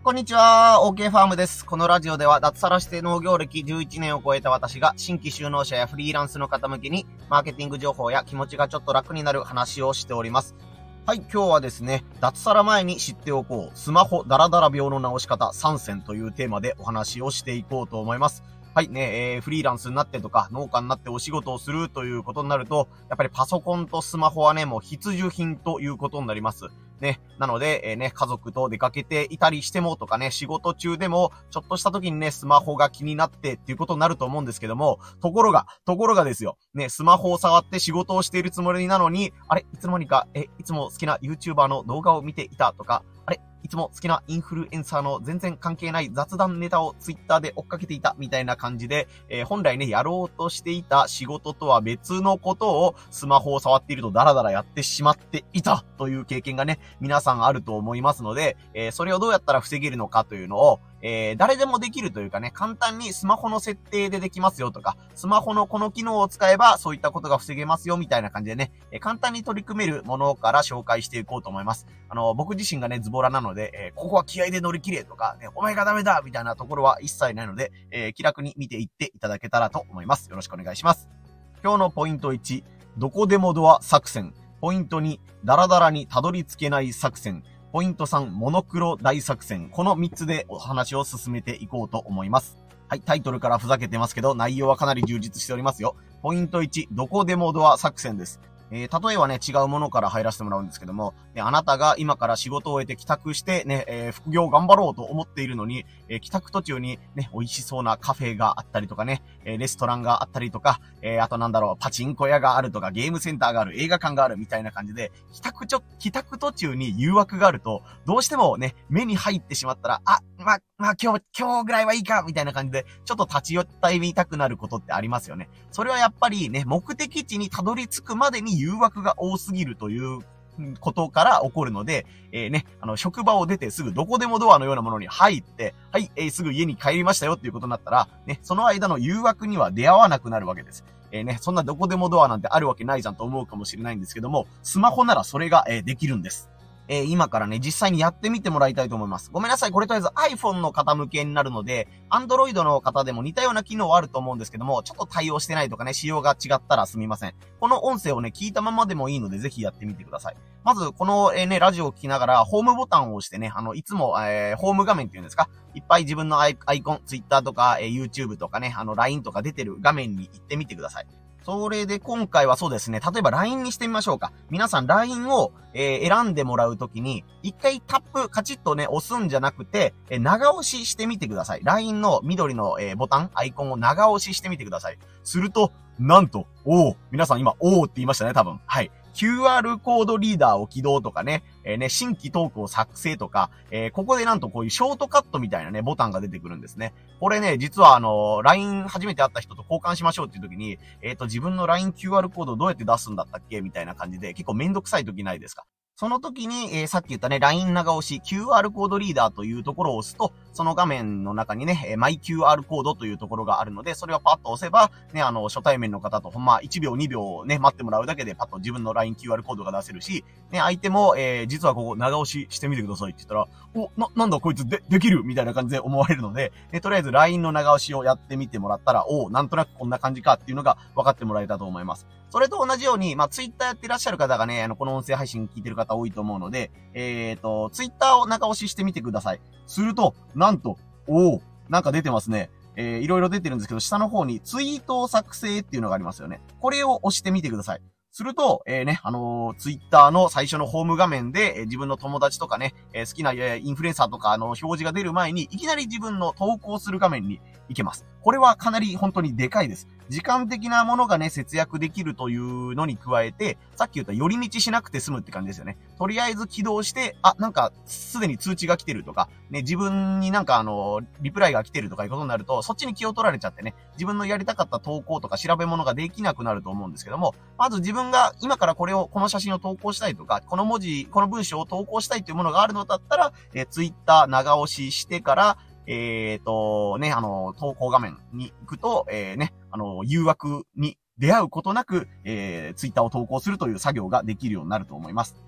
こんにちは。OK ファームです。このラジオでは脱サラして農業歴11年を超えた私が新規就農者やフリーランスの方向けにマーケティング情報や気持ちがちょっと楽になる話をしております。はい、今日はですね、脱サラ前に知っておこう、スマホダラダラ病の治し方3選というテーマでお話をしていこうと思います。はいね、フリーランスになってとか農家になってお仕事をするということになると、やっぱりパソコンとスマホはね、もう必需品ということになります。ね。なので、家族と出かけていたりしてもとかね、仕事中でも、ちょっとした時にね、スマホが気になってっていうことになると思うんですけども、ところがですよ。ね、スマホを触って仕事をしているつもりなのに、あれいつの間にか、いつも好きな YouTuber の動画を見ていたとか、あれいつも好きなインフルエンサーの全然関係ない雑談ネタをツイッターで追っかけていたみたいな感じで、本来ね、やろうとしていた仕事とは別のことをスマホを触っているとダラダラやってしまっていたという経験がね、皆さんあると思いますので、それをどうやったら防げるのかというのを、誰でもできるというかね、簡単にスマホの設定でできますよとか、スマホのこの機能を使えばそういったことが防げますよみたいな感じでね、簡単に取り組めるものから紹介していこうと思います。僕自身がね、ズボラなので、ここは気合で乗り切れとか、ね、お前がダメだみたいなところは一切ないので、気楽に見ていっていただけたらと思います。よろしくお願いします。今日のポイント1、どこでもドア作戦。ポイント2、ダラダラにたどり着けない作戦。ポイント3、モノクロ大作戦。この3つでお話を進めていこうと思います。はい、タイトルからふざけてますけど、内容はかなり充実しておりますよ。ポイント1、どこでもドア作戦です。例えばね、違うものから入らせてもらうんですけども、あなたが今から仕事を終えて帰宅してね、副業頑張ろうと思っているのに、帰宅途中にね、美味しそうなカフェがあったりとかね、レストランがあったりとか、あとパチンコ屋があるとか、ゲームセンターがある、映画館があるみたいな感じで、帰宅途中に誘惑があると、どうしてもね、目に入ってしまったら、今日ぐらいはいいかみたいな感じで、ちょっと立ち寄ってみたくなることってありますよね。それはやっぱりね、目的地にたどり着くまでに誘惑が多すぎるということから起こるので、職場を出てすぐどこでもドアのようなものに入って、はい、すぐ家に帰りましたよっていうことになったら、ね、その間の誘惑には出会わなくなるわけです。そんなどこでもドアなんてあるわけないじゃんと思うかもしれないんですけども、スマホならそれが、できるんです。今からね、実際にやってみてもらいたいと思います。ごめんなさい。これとりあえず iPhone の方向けになるので、Android の方でも似たような機能はあると思うんですけども、ちょっと対応してないとかね、仕様が違ったらすみません。この音声をね、聞いたままでもいいので、ぜひやってみてください。まず、このラジオを聞きながら、ホームボタンを押してね、いつも、ホーム画面っていうんですか、いっぱい自分のアイコン、Twitter とか、YouTube とかね、LINE とか出てる画面に行ってみてください。それで今回はそうですね、例えば LINE にしてみましょうか。皆さん LINE を、選んでもらうときに、一回タップ、カチッとね、押すんじゃなくて、長押ししてみてください。LINE の緑の、ボタン、アイコンを長押ししてみてください。すると、なんと、皆さん今、って言いましたね、多分。はい。QR コードリーダーを起動とかね、新規トークを作成とか、ここでなんとこういうショートカットみたいなね、ボタンが出てくるんですね。これね、実はLINE 初めて会った人と交換しましょうっていう時に、自分の LINE QR コードをどうやって出すんだったっけみたいな感じで、結構めんどくさい時ないですか。その時に、さっき言ったね、LINE 長押し QR コードリーダーというところを押すと、その画面の中にね、マイ QR コードというところがあるので、それをパッと押せば、ね、初対面の方とほんま1秒2秒ね、待ってもらうだけでパッと自分の LINE QR コードが出せるし、ね、相手も、実はここ長押ししてみてくださいって言ったら、なんだこいつできるみたいな感じで思われるので、とりあえず LINE の長押しをやってみてもらったら、なんとなくこんな感じかっていうのが分かってもらえたと思います。それと同じように、Twitter やってらっしゃる方がね、この音声配信聞いてる方多いと思うので、Twitter を長押ししてみてください。すると、なんと、なんか出てますね。いろいろ出てるんですけど、下の方にツイートを作成っていうのがありますよね。これを押してみてください。すると、ツイッターの最初のホーム画面で、自分の友達とかね、好きな、インフルエンサーとか表示が出る前に、いきなり自分の投稿する画面に行けます。これはかなり本当にでかいです。時間的なものがね、節約できるというのに加えて、さっき言った寄り道しなくて済むって感じですよね。とりあえず起動して、なんか、すでに通知が来てるとか、ね、自分になんかリプライが来てるとかいうことになると、そっちに気を取られちゃってね、自分のやりたかった投稿とか調べ物ができなくなると思うんですけども、まず自分が今からこの写真を投稿したいとか、この文章を投稿したいというものがあるのだったら、ツイッター長押ししてから、投稿画面に行くと、誘惑に出会うことなく、ツイッターを投稿するという作業ができるようになると思います。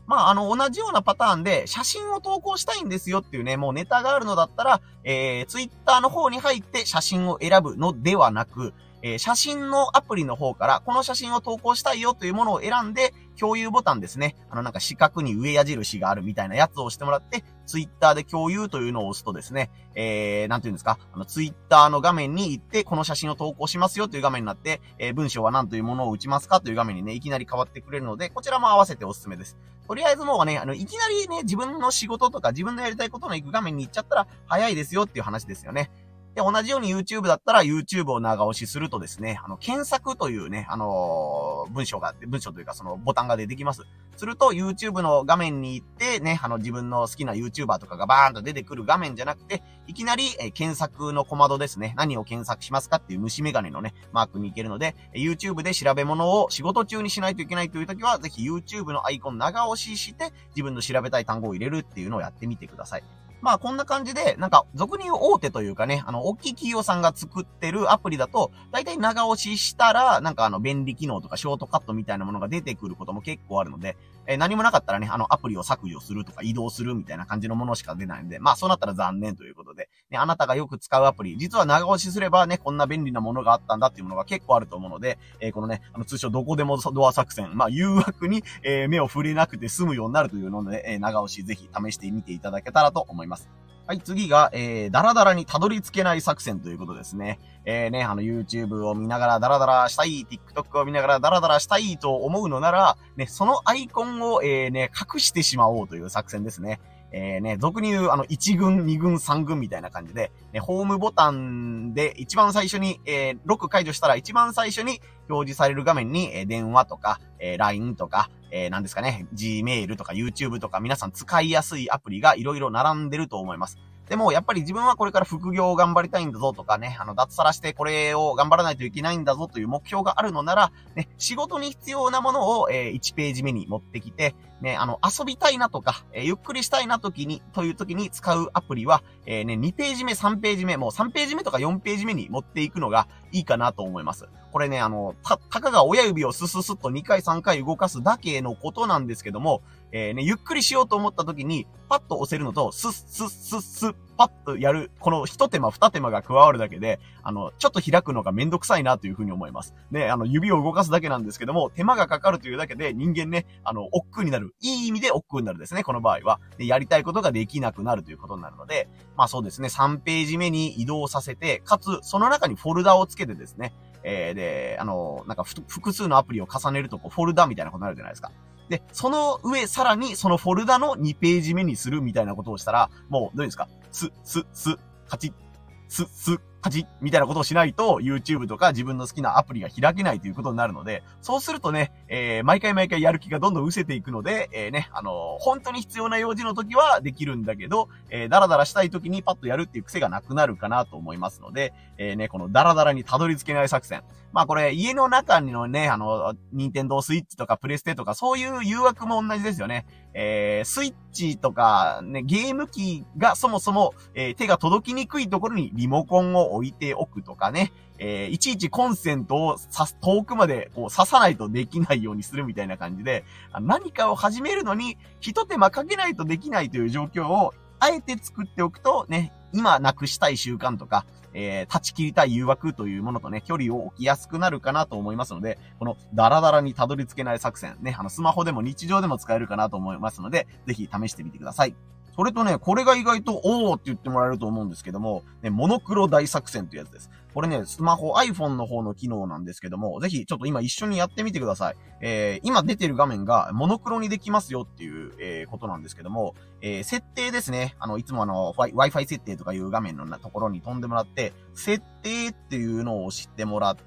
同じようなパターンで、写真を投稿したいんですよっていうね、もうネタがあるのだったら、ツイッターの方に入って写真を選ぶのではなく、写真のアプリの方から、この写真を投稿したいよというものを選んで、共有ボタンですね。なんか四角に上矢印があるみたいなやつを押してもらって、ツイッターで共有というのを押すとですね、なんていうんですか、ツイッターの画面に行って、この写真を投稿しますよという画面になって、文章は何というものを打ちますかという画面にね、いきなり変わってくれるので、こちらも合わせておすすめです。とりあえずもうね、いきなりね、自分の仕事とか自分のやりたいことの行く画面に行っちゃったら早いですよっていう話ですよね。で、同じように YouTube だったら YouTube を長押しするとですね、検索というね、文章というかそのボタンが出てきます。すると YouTube の画面に行ってね、自分の好きな YouTuber とかがバーンと出てくる画面じゃなくて、いきなり、検索の小窓ですね。何を検索しますかっていう虫眼鏡のね、マークに行けるので、YouTube で調べ物を仕事中にしないといけないという時は、ぜひ YouTube のアイコン長押しして、自分の調べたい単語を入れるっていうのをやってみてください。こんな感じで、なんか、俗に言う大手というかね、大きい企業さんが作ってるアプリだと、だいたい長押ししたら、なんか便利機能とかショートカットみたいなものが出てくることも結構あるので、何もなかったらね、アプリを削除するとか移動するみたいな感じのものしか出ないので、そうなったら残念ということで、ね、あなたがよく使うアプリ、実は長押しすればね、こんな便利なものがあったんだっていうものが結構あると思うので、このね、通称どこでもドア作戦、誘惑に、目を触れなくて済むようになるというので、長押しぜひ試してみていただけたらと思います。はい、次が、ダラダラにたどり着けない作戦ということですね。YouTube を見ながらダラダラしたい、TikTok を見ながらダラダラしたいと思うのなら、ね、そのアイコンを、隠してしまおうという作戦ですね。俗に言う、1軍、2軍、3軍みたいな感じで、ホームボタンで一番最初に、ロック解除したら一番最初に表示される画面に、電話とか、LINE とか、何ですかね、Gmail とか YouTube とか皆さん使いやすいアプリがいろいろ並んでると思います。でも、やっぱり自分はこれから副業を頑張りたいんだぞとかね、脱サラしてこれを頑張らないといけないんだぞという目標があるのなら、ね、仕事に必要なものを、1ページ目に持ってきて、ね、遊びたいなとか、ゆっくりしたいなという時に使うアプリは、2ページ目、3ページ目、もう3ページ目とか4ページ目に持っていくのがいいかなと思います。これね、たかが親指をスススッと2回3回動かすだけのことなんですけども、ゆっくりしようと思った時に、パッと押せるのと、スッスッスッスッ、パッとやる、この一手間二手間が加わるだけで、ちょっと開くのがめんどくさいなというふうに思います。ね、指を動かすだけなんですけども、手間がかかるというだけで人間ね、億劫になる。いい意味で億劫になるですね、この場合は。で、やりたいことができなくなるということになるので、そうですね、3ページ目に移動させて、かつ、その中にフォルダをつけてですね、で、なんか複数のアプリを重ねるとフォルダみたいなことになるじゃないですか。で、その上、さらにそのフォルダの2ページ目にするみたいなことをしたら、もう、どうですか？カチッ、カチッ、みたいなことをしないと、YouTube とか自分の好きなアプリが開けないということになるので、そうするとね、毎回やる気がどんどん失せていくので、本当に必要な用事の時はできるんだけど、ダラダラしたい時にパッとやるっていう癖がなくなるかなと思いますので、このダラダラにたどり着けない作戦。これ、家の中のね、ニンテンドースイッチとかプレステとか、そういう誘惑も同じですよね。スイッチとか、ね、ゲーム機がそもそも、手が届きにくいところにリモコンを置いておくとかね、いちいちコンセントを遠くまでこう刺さないとできないようにするみたいな感じで、何かを始めるのに一手間かけないとできないという状況をあえて作っておくとね、今なくしたい習慣とか、断ち切りたい誘惑というものとね、距離を置きやすくなるかなと思いますので、このダラダラにたどり着けない作戦ね、スマホでも日常でも使えるかなと思いますので、ぜひ試してみてください。それとね、これが意外とおーって言ってもらえると思うんですけども、ね、モノクロ大作戦というやつです。これね、スマホ iPhone の方の機能なんですけども、ぜひちょっと今一緒にやってみてください。今出てる画面がモノクロにできますよっていう、ことなんですけども、設定ですね。いつもWi-Fi 設定とかいう画面のところに飛んでもらって、設定っていうのを押してもらって、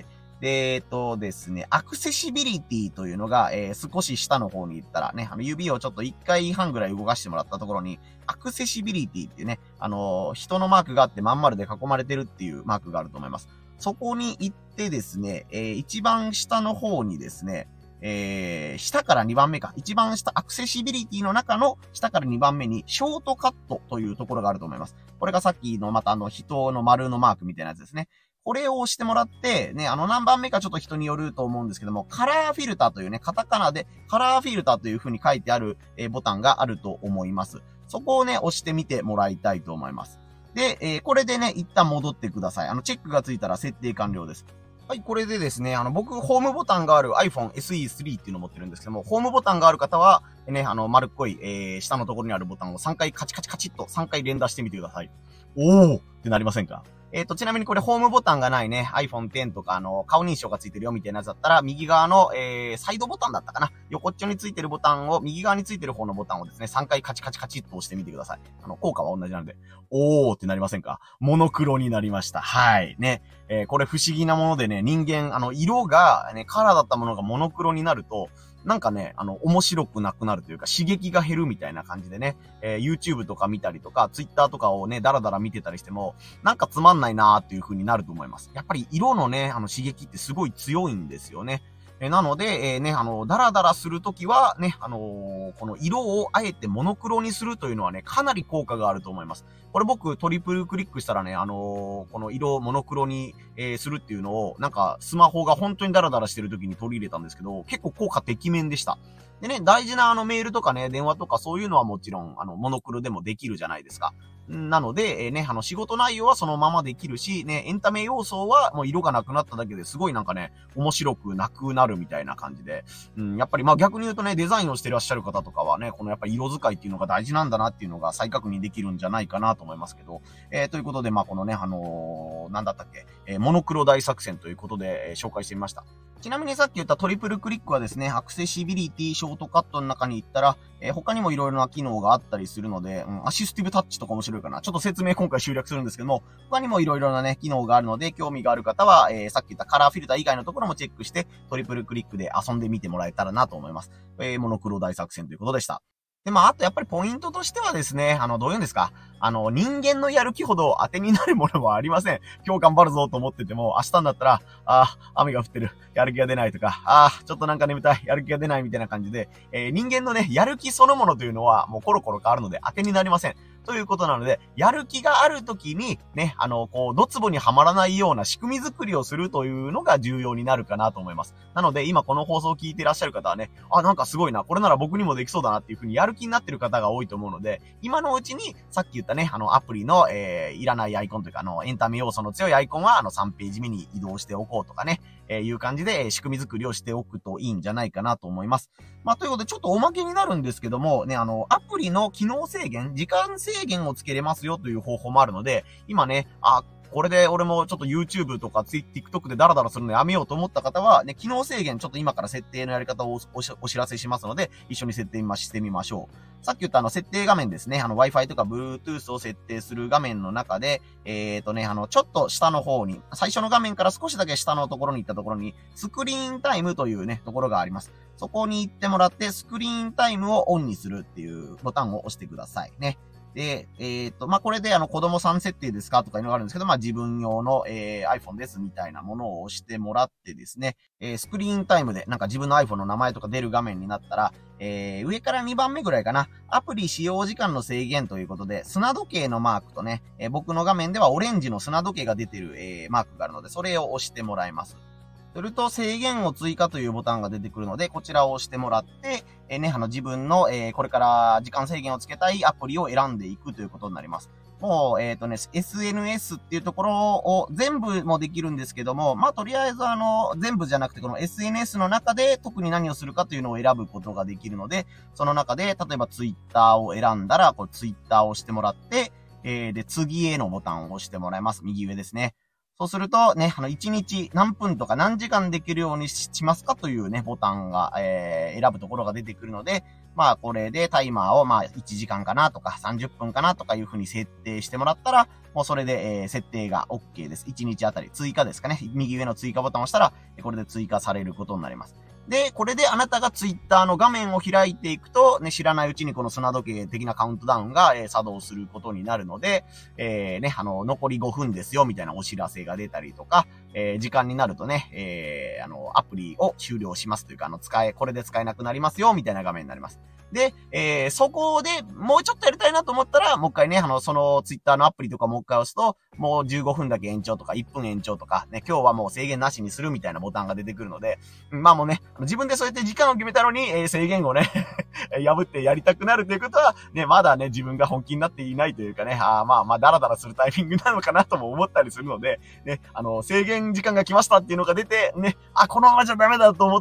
で、ですね、アクセシビリティというのが、少し下の方に行ったらね、指をちょっと1回半ぐらい動かしてもらったところに、アクセシビリティっていうね、人のマークがあってまん丸で囲まれてるっていうマークがあると思います。そこに行ってですね、一番下の方にですね、下から2番目か。一番下、アクセシビリティの中の下から2番目に、ショートカットというところがあると思います。これがさっきのまた人の丸のマークみたいなやつですね。 これを押してもらって、ね、何番目かちょっと人によると思うんですけども、カラーフィルターというね、カタカナでカラーフィルターという風に書いてある、ボタンがあると思います。そこをね、押してみてもらいたいと思います。で、これでね、一旦戻ってください。チェックがついたら設定完了です。はい、これでですね、僕、ホームボタンがある iPhone SE3 っていうのを持ってるんですけども、ホームボタンがある方は、ね、丸っこい、下のところにあるボタンを3回カチカチカチっと3回連打してみてください。おーってなりませんか？ちなみにこれホームボタンがないね、iPhone X とか顔認証がついてるよみたいなやつだったら、右側の、サイドボタンだったかな？横っちょについてるボタンを、右側についてる方のボタンをですね、3回カチカチカチっと押してみてください。効果は同じなので、おーってなりませんか？モノクロになりました。はい。ね。これ不思議なものでね、人間、色が、ね、カラーだったものがモノクロになると、なんかね、面白くなくなるというか、刺激が減るみたいな感じでね、YouTube とか見たりとか、Twitter とかをね、だらだら見てたりしても、なんかつまんないなーっていう風になると思います。やっぱり色のね、刺激ってすごい強いんですよね。なので、ね、ダラダラするときは、ね、この色をあえてモノクロにするというのはね、かなり効果があると思います。これ僕トリプルクリックしたらね、この色をモノクロに、するっていうのを、なんかスマホが本当にダラダラしてるときに取り入れたんですけど、結構効果てきめんでした。でね、大事なメールとかね、電話とかそういうのはもちろん、モノクロでもできるじゃないですか。なので、ね、仕事内容はそのままできるし、ね、エンタメ要素はもう色がなくなっただけですごいなんかね、面白くなくなるみたいな感じで、やっぱりまあ逆に言うとね、デザインをしてらっしゃる方とかはね、このやっぱり色使いっていうのが大事なんだなっていうのが再確認できるんじゃないかなと思いますけど、ということで、まあこのね、なんだったっけ、モノクロ大作戦ということで、紹介してみました。ちなみにさっき言ったトリプルクリックはですね、アクセシビリティショートカットの中に行ったら、他にもいろいろな機能があったりするので、アシスティブタッチとか面白いかな。ちょっと説明今回集約するんですけども、他にもいろいろなね、機能があるので、興味がある方は、さっき言ったカラーフィルター以外のところもチェックして、トリプルクリックで遊んでみてもらえたらなと思います。モノクロ大作戦ということでした。で、まあ、あとやっぱりポイントとしてはですね、どういうんですか。人間のやる気ほど当てになるものはありません。今日頑張るぞと思ってても、明日になったら、雨が降ってる。やる気が出ないとか、ちょっとなんか眠たい。やる気が出ないみたいな感じで、人間のね、やる気そのものというのはもうコロコロ変わるので当てになりません。ということなので、やる気があるときに、ね、ドツボにはまらないような仕組み作りをするというのが重要になるかなと思います。なので、今この放送を聞いていらっしゃる方はね、なんかすごいな、これなら僕にもできそうだなっていう風にやる気になってる方が多いと思うので、今のうちに、さっき言ったね、アプリの、いらないアイコンというか、エンタメ要素の強いアイコンは、3ページ目に移動しておこうとかね、いう感じで、仕組み作りをしておくといいんじゃないかなと思います。まあ、ということで、ちょっとおまけになるんですけども、ね、アプリの機能制限、時間制限をつけれますよという方法もあるので、今ね、これで俺もちょっと YouTube とか TikTok でダラダラするのやめようと思った方は、ね、機能制限ちょっと今から設定のやり方をお知らせしますので、一緒に設定してみましょう。さっき言った設定画面ですね。Wi-Fi とか Bluetooth を設定する画面の中で、ちょっと下の方に、最初の画面から少しだけ下のところに行ったところに、スクリーンタイムというね、ところがあります。そこに行ってもらって、スクリーンタイムをオンにするっていうボタンを押してくださいね。で、まあ、これで子供さん設定ですかとかいうのがあるんですけど、まあ、自分用の、iPhone ですみたいなものを押してもらってですね、スクリーンタイムでなんか自分の iPhone の名前とか出る画面になったら、上から2番目ぐらいかな、アプリ使用時間の制限ということで、砂時計のマークとね、僕の画面ではオレンジの砂時計が出てる、マークがあるので、それを押してもらいます。すると制限を追加というボタンが出てくるので、こちらを押してもらって、自分の、これから時間制限をつけたいアプリを選んでいくということになります。もう、SNS っていうところを全部もできるんですけども、まあ、とりあえず全部じゃなくて、この SNS の中で特に何をするかというのを選ぶことができるので、その中で、例えば Twitter を選んだら、これ Twitter を押してもらって、で、次へのボタンを押してもらいます。右上ですね。そうするとね、1日何分とか何時間できるようにしますかというね、ボタンが、選ぶところが出てくるので、まあ、これでタイマーをまあ、1時間かなとか30分かなとかいう風に設定してもらったら、もうそれで、設定が OK です。1日あたり追加ですかね。右上の追加ボタンを押したら、これで追加されることになります。で、これであなたがツイッターの画面を開いていくと、ね、知らないうちにこの砂時計的なカウントダウンが、作動することになるので、残り5分ですよ、みたいなお知らせが出たりとか、 時間になるとね、アプリを終了しますというか、これで使えなくなりますよ、みたいな画面になります。で、そこでもうちょっとやりたいなと思ったら、もう一回ね、そのツイッターのアプリとかもう一回押すと、もう15分だけ延長とか1分延長とか、ね、今日はもう制限なしにするみたいなボタンが出てくるので、まあもうね、自分でそうやって時間を決めたのに、制限をね、破ってやりたくなるということは、ね、まだね、自分が本気になっていないというかね、まあ、ダラダラするタイミングなのかなとも思ったりするので、ね、制限時間が来ましたっていうのが出て、ね、このままじゃダメだと思って、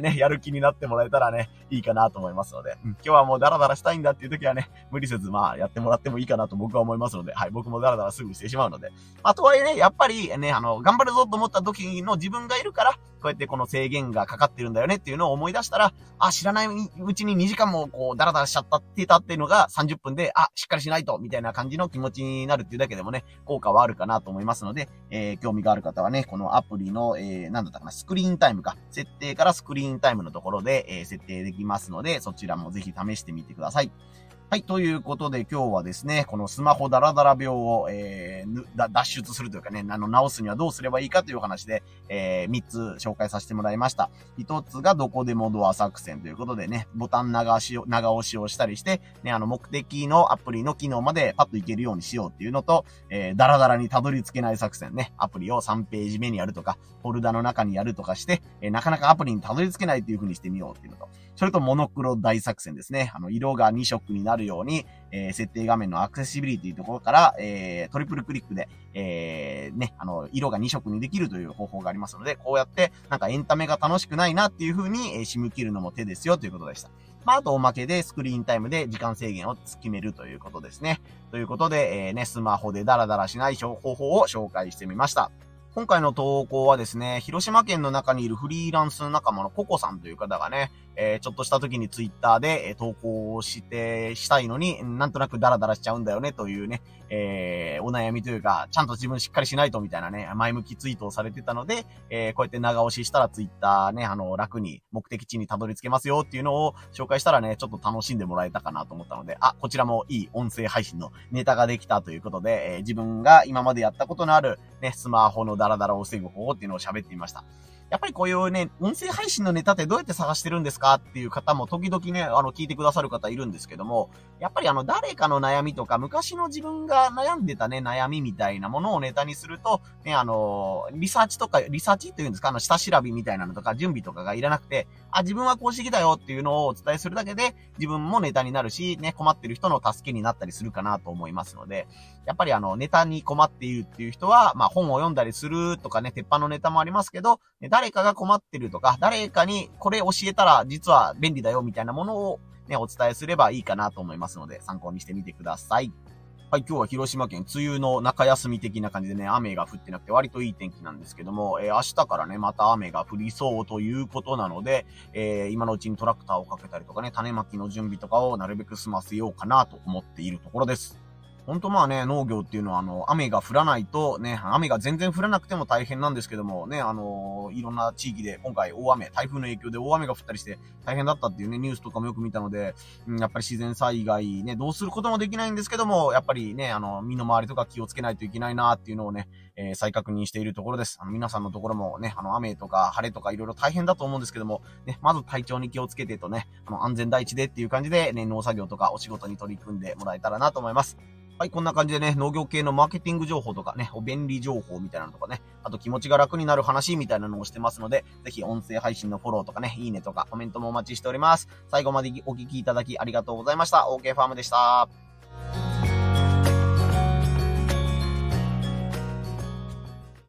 ね、やる気になってもらえたらね、いいかなと思いますので、今日はもうダラダラしたいんだっていう時はね、無理せず、まあ、やってもらってもいいかなと僕は思いますので、はい、僕もダラダラすぐしてしまうので、とはいえね、やっぱりね、頑張るぞと思った時の自分がいるから、こうやってこの制限がかかってるんだよねっていうのを思い出したら、知らないうちに2時間もこう、ダラダラしちゃったっていうのが30分で、しっかりしないと、みたいな感じの気持ちになるっていうだけでもね、効果はあるかなと思いますので、興味がある方はね、このアプリの、なんだったかな、スクリーンタイムか、設定からスクリーンタイムのところで、設定できますので、そちらもぜひ試してみてください。はい。ということで今日はですね、このスマホダラダラ病を、脱出するというかね、治すにはどうすればいいかというお話で、3つ紹介させてもらいました。1つがどこでもドア作戦ということでね、ボタン長押しをしたりして、ね、目的のアプリの機能までパッといけるようにしようっていうのと、ダラダラにたどり着けない作戦ね、アプリを3ページ目にやるとか、フォルダの中にやるとかして、なかなかアプリにたどり着けないっていう風にしてみようっていうのと、それとモノクロ大作戦ですね。色が2色になるように、設定画面のアクセシビリティというところから、トリプルクリックで、ね、色が2色にできるという方法がありますので、こうやって、なんかエンタメが楽しくないなっていう風に、締め切るのも手ですよということでした。あとおまけでスクリーンタイムで時間制限を決めるということですね。ということで、ね、スマホでダラダラしない方法を紹介してみました。今回の投稿はですね、広島県の中にいるフリーランス仲間のココさんという方がね、ちょっとした時にツイッターで投稿をしたいのに、なんとなくダラダラしちゃうんだよねというね、お悩みというか、ちゃんと自分しっかりしないとみたいなね、前向きツイートをされてたので、こうやって長押ししたらツイッターね、楽に目的地にたどり着けますよっていうのを紹介したらね、ちょっと楽しんでもらえたかなと思ったので、こちらもいい音声配信のネタができたということで、自分が今までやったことのあるね、スマホのダラダラを防ぐ方法っていうのを喋ってみました。やっぱりこういうね、音声配信のネタってどうやって探してるんですかっていう方も時々ね、聞いてくださる方いるんですけども、やっぱり誰かの悩みとか、昔の自分が悩んでたね、悩みみたいなものをネタにすると、ね、リサーチっていうんですか、下調べみたいなのとか、準備とかがいらなくて、自分はこうしてきたよっていうのをお伝えするだけで、自分もネタになるし、ね、困ってる人の助けになったりするかなと思いますので、やっぱりネタに困っているっていう人は、本を読んだりするとかね、鉄板のネタもありますけど、誰かが困ってるとか、誰かにこれ教えたら実は便利だよみたいなものをね、お伝えすればいいかなと思いますので、参考にしてみてください。はい、今日は広島県梅雨の中休み的な感じでね、雨が降ってなくて割といい天気なんですけども、明日からね、また雨が降りそうということなので、今のうちにトラクターをかけたりとかね、種まきの準備とかをなるべく済ませようかなと思っているところです。本当農業っていうのは雨が降らないとね、雨が全然降らなくても大変なんですけどもね、いろんな地域で今回台風の影響で大雨が降ったりして大変だったっていうね、ニュースとかもよく見たので、やっぱり自然災害ね、どうすることもできないんですけども、やっぱりね、身の回りとか気をつけないといけないなっていうのをね、再確認しているところです。皆さんのところもね、雨とか晴れとかいろいろ大変だと思うんですけども、ね、まず体調に気をつけてとね、安全第一でっていう感じでね、農作業とかお仕事に取り組んでもらえたらなと思います。はい、こんな感じでね、農業系のマーケティング情報とかね、便利情報みたいなのとかね、あと気持ちが楽になる話みたいなのをしてますので、ぜひ音声配信のフォローとかね、いいねとかコメントもお待ちしております。最後までお聞きいただきありがとうございました。OK ファームでした。